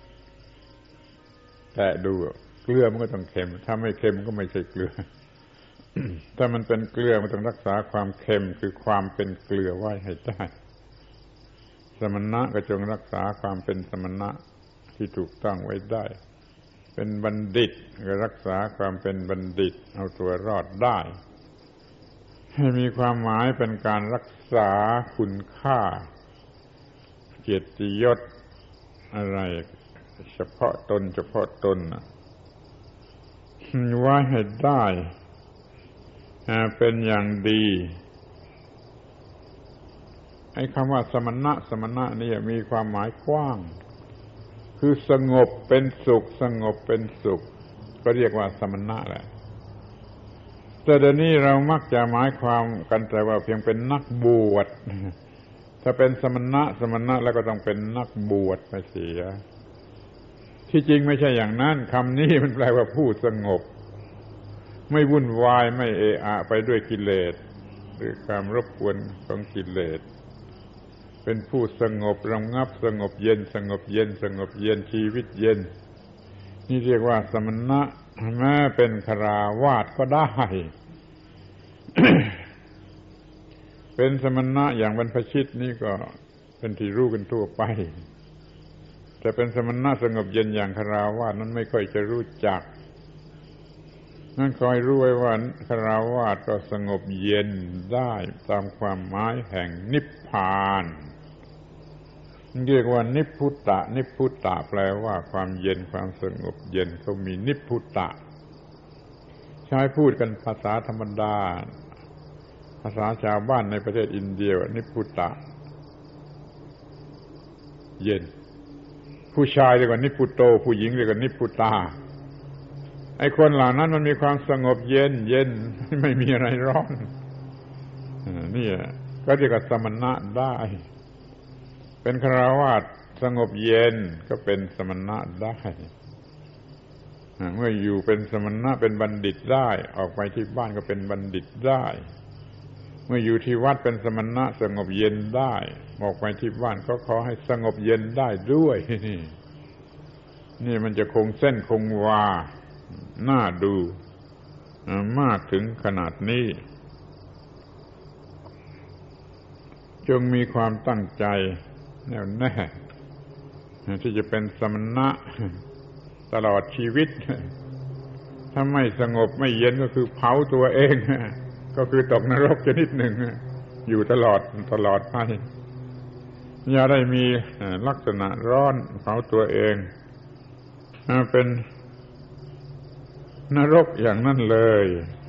Speaker 1: แตะดูเกลือมันก็ต้องเค็มถ้าไม่เค็มก็ไม่ใช่เกลือ ถ้ามันเป็นเกลือมันต้องรักษาความเค็มคือความเป็นเกลือไว้ให้ได้สมณะก็จงรักษาความเป็นสมณะที่ถูกต้องไว้ได้เป็นบัณฑิตก็รักษาความเป็นบัณฑิตเอาตัวรอดได้ให้มีความหมายเป็นการรักษาคุณค่าเกียรติยศอะไรเฉพาะตนไว้ให้ได้เป็นอย่างดีไอ้คำว่าสมณะนี่มีความหมายกว้างคือสงบเป็นสุขก็เรียกว่าสมณะแหละแต่เดี๋ยวนี้เรามักจะหมายความกันแต่ว่าเพียงเป็นนักบวชถ้าเป็นสมณะแล้วก็ต้องเป็นนักบวชไปเสียที่จริงไม่ใช่อย่างนั้นคำนี้มันแปลว่าผู้สงบไม่วุ่นวายไม่เอะอะไปด้วยกิเลสหรือความรบกวนของกิเลสเป็นผู้สงบระงับสงบเย็นชีวิตเย็นนี่เรียกว่าสมณะแม้เป็นฆราวาสก็ได้ เป็นสมณะอย่างบรรพชิตนี่ก็เป็นที่รู้กันทั่วไปแต่เป็นสมณะสงบเย็นอย่างฆราวาสนั้นไม่ค่อยจะรู้จักนั่นคอยรู้ไว้ว่าฆราวาสก็สงบเย็นได้ตามความหมายแห่งนิพพานเรียกว่านิพพุตตะแปลว่าความเย็นความสงบเย็นเขามีนิพพุตตะใช้พูดกันภาษาธรรมดาภาษาชาวบ้านในประเทศอินเดียนิพพุตตะเย็นผู้ชายเรียกว่านิพพุโตผู้หญิงเรียกว่านิพพุตาไอ้คนเหล่านั้นมันมีความสงบเย็นไม่มีอะไรร้อนนี่ก็เรียกว่าสมณะได้เป็นฆราวาสสงบเย็นก็เป็นสมณะได้เมื่ออยู่เป็นสมณะเป็นบัณฑิตได้ออกไปที่บ้านก็เป็นบัณฑิตได้เมื่ออยู่ที่วัดเป็นสมณะสงบเย็นได้ออกไปที่บ้านก็ขอให้สงบเย็นได้ด้วยนี่มันจะคงเส้นคงวาน่าดูมากถึงขนาดนี้จงมีความตั้งใจแน่วแน่ที่จะเป็นสมณะตลอดชีวิตถ้าไม่สงบไม่เย็นก็คือเผาตัวเองก็คือตกนรกชนิดหนึ่งอยู่ตลอดไปอย่าได้มีลักษณะร้อนเผาตัวเองเป็นนรกอย่างนั้นเลย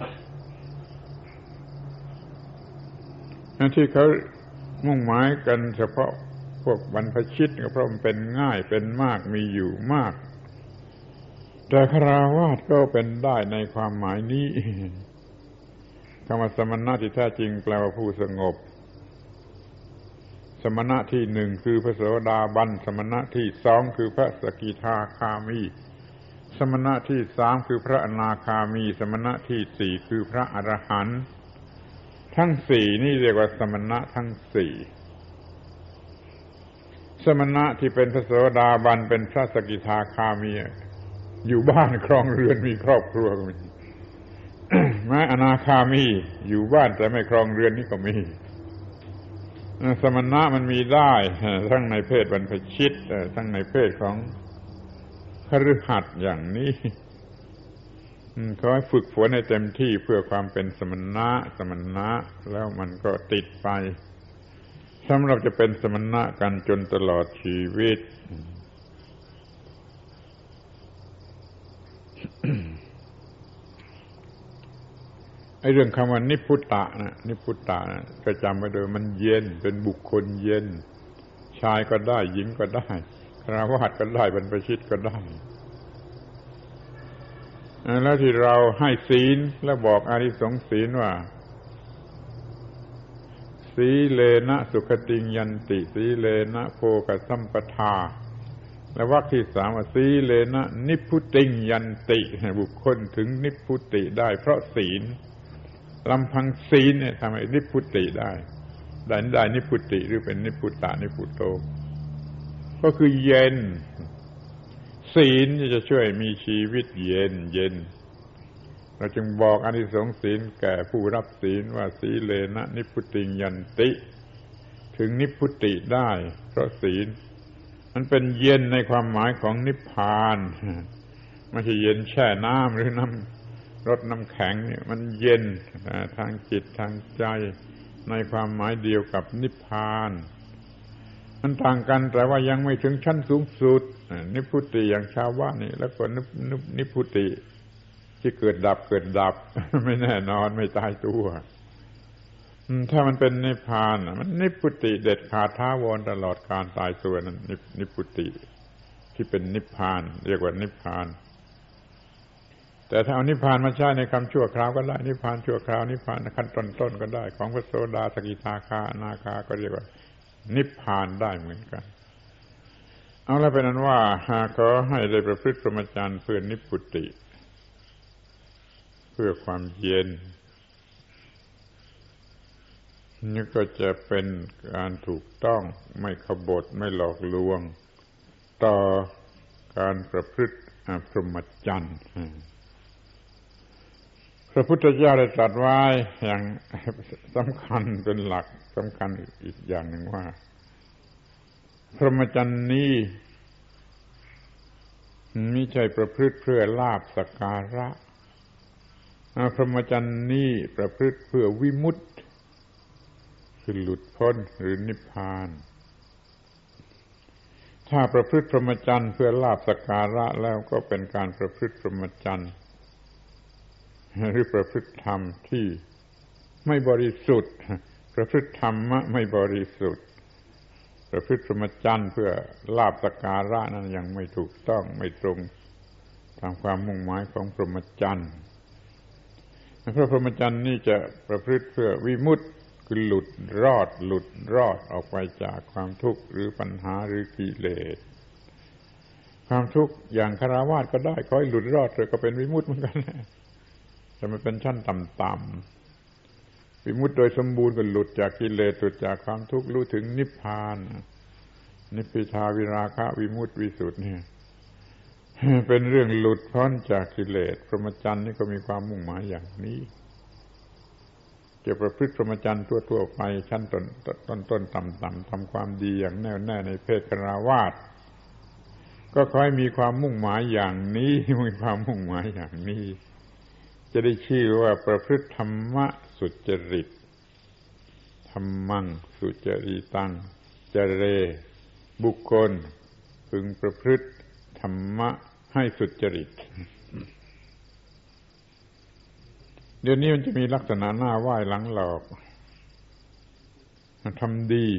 Speaker 1: ที่เขามุ่งหมายกันเฉพาะพวกบรรพชิตก็เพราะมันเป็นง่ายเป็นมากมีอยู่มากแต่ฆราวาสก็เป็นได้ในความหมายนี้คำว่าสมณะที่แท้จริงแปลว่าผู้สงบสมณะที่หนึ่งคือพระโสดาบันสมณะที่สองคือพระสกิทาคามีสมณะที่สามคือพระอนาคามีสมณะที่สี่คือพระอรหันต์ทั้งสี่นี่เรียกว่าสมณะทั้งสี่สมณะที่เป็นพระโสดาบันเป็นพระสกิทาคามีอยู่บ้านครองเรือนมีครอบครัวก็มี แม้อนาคามีอยู่บ้านแต่ไม่ครองเรือนนี่ก็มีสมณะมันมีได้ทั้งในเพศบรรพชิตทั้งในเพศของคฤหัสถ์อย่างนี้ขอให้ฝึกฝนให้เต็มที่เพื่อความเป็นสมณะแล้วมันก็ติดไปสำหรับจะเป็นสมณะกันจนตลอดชีวิต ไอ้เรื่องคำว่านิพพุตตะนะก็จำไว้โดยมันเย็นเป็นบุคคลเย็นชายก็ได้หญิงก็ได้ฆราวาสก็ได้บรรพชิตก็ได้แล้วที่เราให้ศีลแล้วบอกอานิสงส์ศีลว่าสีเลนะสุขติงยันติสีเลนะโภคสัมปทาและวรรคที่สามว่าสีเลนะนิพพุติงยันติบุคคลถึงนิพพุติได้เพราะศีลลำพังศีลเนี่ยทำให้นิพพุติได้นิพพุติหรือเป็นนิพพุตะนิพพุโตก็คือเย็นศีลจะช่วยมีชีวิตเย็นเราจึงบอกอานิสงส์ศีลแก่ผู้รับศีลว่าสีเลนะนิพพุติงยันติถึงนิพพุติได้เพราะศีลมันเป็นเย็นในความหมายของนิพพานไม่ใช่เย็นแช่น้ำหรือน้ำรดน้ำแข็งเนี่ยมันเย็นทางจิตทางใจในความหมายเดียวกับนิพพานมันต่างกันแต่ว่ายังไม่ถึงชั้นสูงสุดนิพพุติอย่างชาวบ้านนี่แล้วก็นิพพุติที่เกิดดับไม่แน่นอนไม่ตายตัวถ้ามันเป็นนิพพานมันนิพพุติเด็ดขาดถาวรตลอดการตายตัวนั้นนิพพุติที่เป็นนิพพานเรียกว่านิพพานแต่ถ้าเอานิพพานมาใช้ในคำชั่วคราวก็ได้นิพพานชั่วคราวนิพพานขั้นต้นก็ได้ของพระโสดาสกิทาคาอนาคาก็เรียกว่านิพพานได้เหมือนกันเอาละเป็นนั้นว่าขอให้ได้ประพฤติพรหมจรรย์เพื่อนิพพุติเพื่อความเย็นนี่ก็จะเป็นการถูกต้องไม่ขบฏไม่หลอกลวงต่อการประพฤติพรหมจรรย์พระพุทธเจ้าได้ตรัสไว้อย่างสำคัญเป็นหลักสำคัญอีกอย่างหนึ่งว่าพรหมจรรย์นี้ไม่ใช่ประพฤติเพื่อลาภสักการะพรหมจรรย์นี้ประพฤติเพื่อวิมุตติคือหลุดพ้นหรือนิพพานถ้าประพฤติพรหมจรรย์เพื่อลาภสักการะแล้วก็เป็นการประพฤติพรหมจรรย์หรือประพฤติธรรมที่ไม่บริสุทธิ์ประพฤติธรรมะไม่บริสุทธิ์ประพฤติพรหมจรรย์เพื่อลาภสักการะนั้นยังไม่ถูกต้องไม่ตรงตามความมุ่งหมายของพรหมจรรย์เพราะพรหมจรรย์นี่จะประพฤติเพื่อวิมุตติคือหลุดรอดออกไปจากความทุกข์หรือปัญหาหรือกิเลสความทุกข์อย่างฆราวาสก็ได้ขอให้หลุดรอดเลยก็เป็นวิมุตติเหมือนกันแต่มันเป็นชั้นต่ำๆวิมุตติโดยสมบูรณ์ก็หลุดจากกิเลสหลุดจากความทุกข์รู้ถึงนิพพานนิพพิทาวิราคะวิมุตติวิสุทธิเนี่ยเป็นเรื่องหลุดพ้นจากกิเลสพรหมจรรย์นี่ก็มีความมุ่งหมายอย่างนี้จะประพฤติพรหมจรรย์ทั่วๆไปชั้นต้นต่ำๆทำความดีอย่างแน่วแน่ในเพศฆราวาสก็ขอให้มีความมุ่งหมายอย่างนี้มีความมุ่งหมายอย่างนี้จะได้ชื่อว่าประพฤติธรรมะสุจริตธรรมังสุจริตังจเรบุคคลพึงประพฤติธรรมะให้สุจริตเดี๋ยวนี้มันจะมีลักษณะหน้าไหว้หลังหลอกทำดี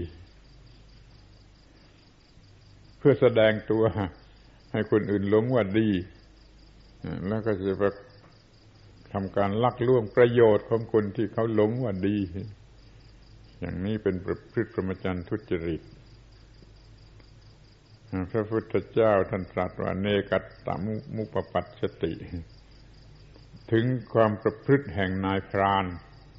Speaker 1: เพื่อแสดงตัวให้คนอื่นหลงว่าดีแล้วก็จะไปทำการลักล่วงประโยชน์ของคนที่เขาหลงว่าดีอย่างนี้เป็นประพฤติพรหมจรรย์ทุจริตพระพุทธเจ้าท่านตรัสว่าเนกัตตมุปปัชชติถึงความประพฤติแห่งนายพราน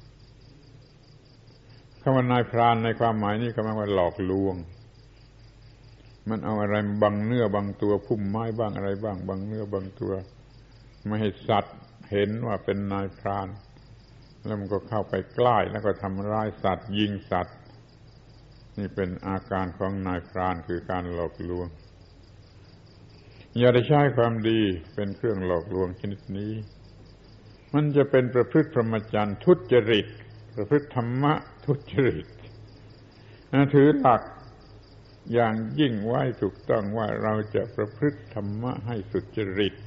Speaker 1: คำว่านายพรานในความหมายนี้ก็หมายว่าหลอกลวงมันเอาอะไรบังเนื้อบังตัวพุ่มไม้บ้างอะไรบ้างบังเนื้อบังตัวไม่ให้สัตว์เห็นว่าเป็นนายพรานแล้วมันก็เข้าไปใกล้แล้วก็ทำร้ายสัตว์ยิงสัตว์นี่เป็นอาการของนายพรานคือการหลอกลวงอย่าได้ใช้ความดีเป็นเครื่องหลอกลวงชนิดนี้มันจะเป็นประพฤติพรหมจรรย์ทุจริตประพฤติธรรมะทุจริตถือหลักอย่างยิ่งไว้ถูกต้องว่าเราจะประพฤติธรรมะให้สุจริต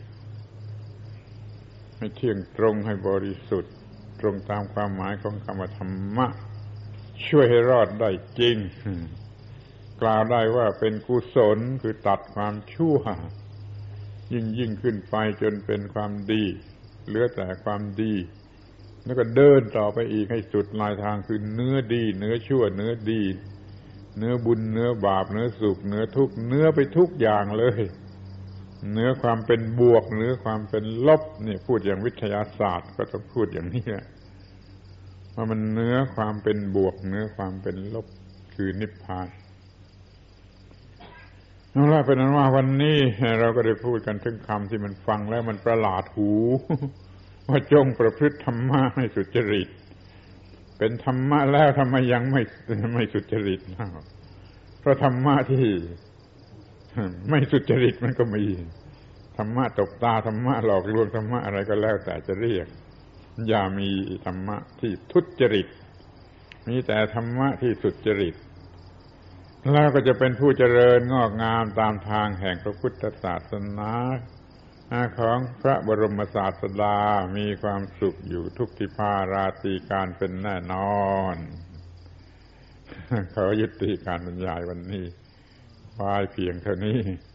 Speaker 1: ให้เที่ยงตรงให้บริสุทธิ์ตรงตามความหมายของคำว่าธรรมะช่วยให้รอดได้จริงกล่าวได้ว่าเป็นกุศลคือตัดความชั่วยิ่งขึ้นไปจนเป็นความดีเหลือแต่ความดีแล้วก็เดินต่อไปอีกให้สุดปลายทางคือเนื้อดีเนื้อชั่วเนื้อดีเนื้อบุญเนื้อบาปเนื้อสุขเนื้อทุกข์เนื้อไปทุกอย่างเลยเนื้อความเป็นบวกเนื้อความเป็นลบนี่พูดอย่างวิทยาศาสตร์ก็ต้องพูดอย่างนี้แหละว่ามันเนื้อความเป็นบวกเนื้อความเป็นลบคือนิพพานนั่นแหละเป็นนั้นว่าวันนี้เราก็ได้พูดกันถึงคำที่มันฟังแล้วมันประหลาดหูว่าจงประพฤติธรรมะให้สุจริตเป็นธรรมะแล้วทำไมยังไม่สุจริตเพราะธรรมะที่ไม่สุจริตมันก็มีธรรมะตบตาธรรมะหลอกลวงธรรมะอะไรก็แล้วแต่จะเรียกอย่ามีธรรมะที่ทุจริตมีแต่ธรรมะที่สุจริตแล้วก็จะเป็นผู้เจริญงอกงามตามทางแห่งพระพุทธศาสนาของพระบรมศาสดามีความสุขอยู่ทุกทิพาราตรีการเป็นแน่นอนขอยุติการบรรยายวันนี้ไว้เพียงเท่านี้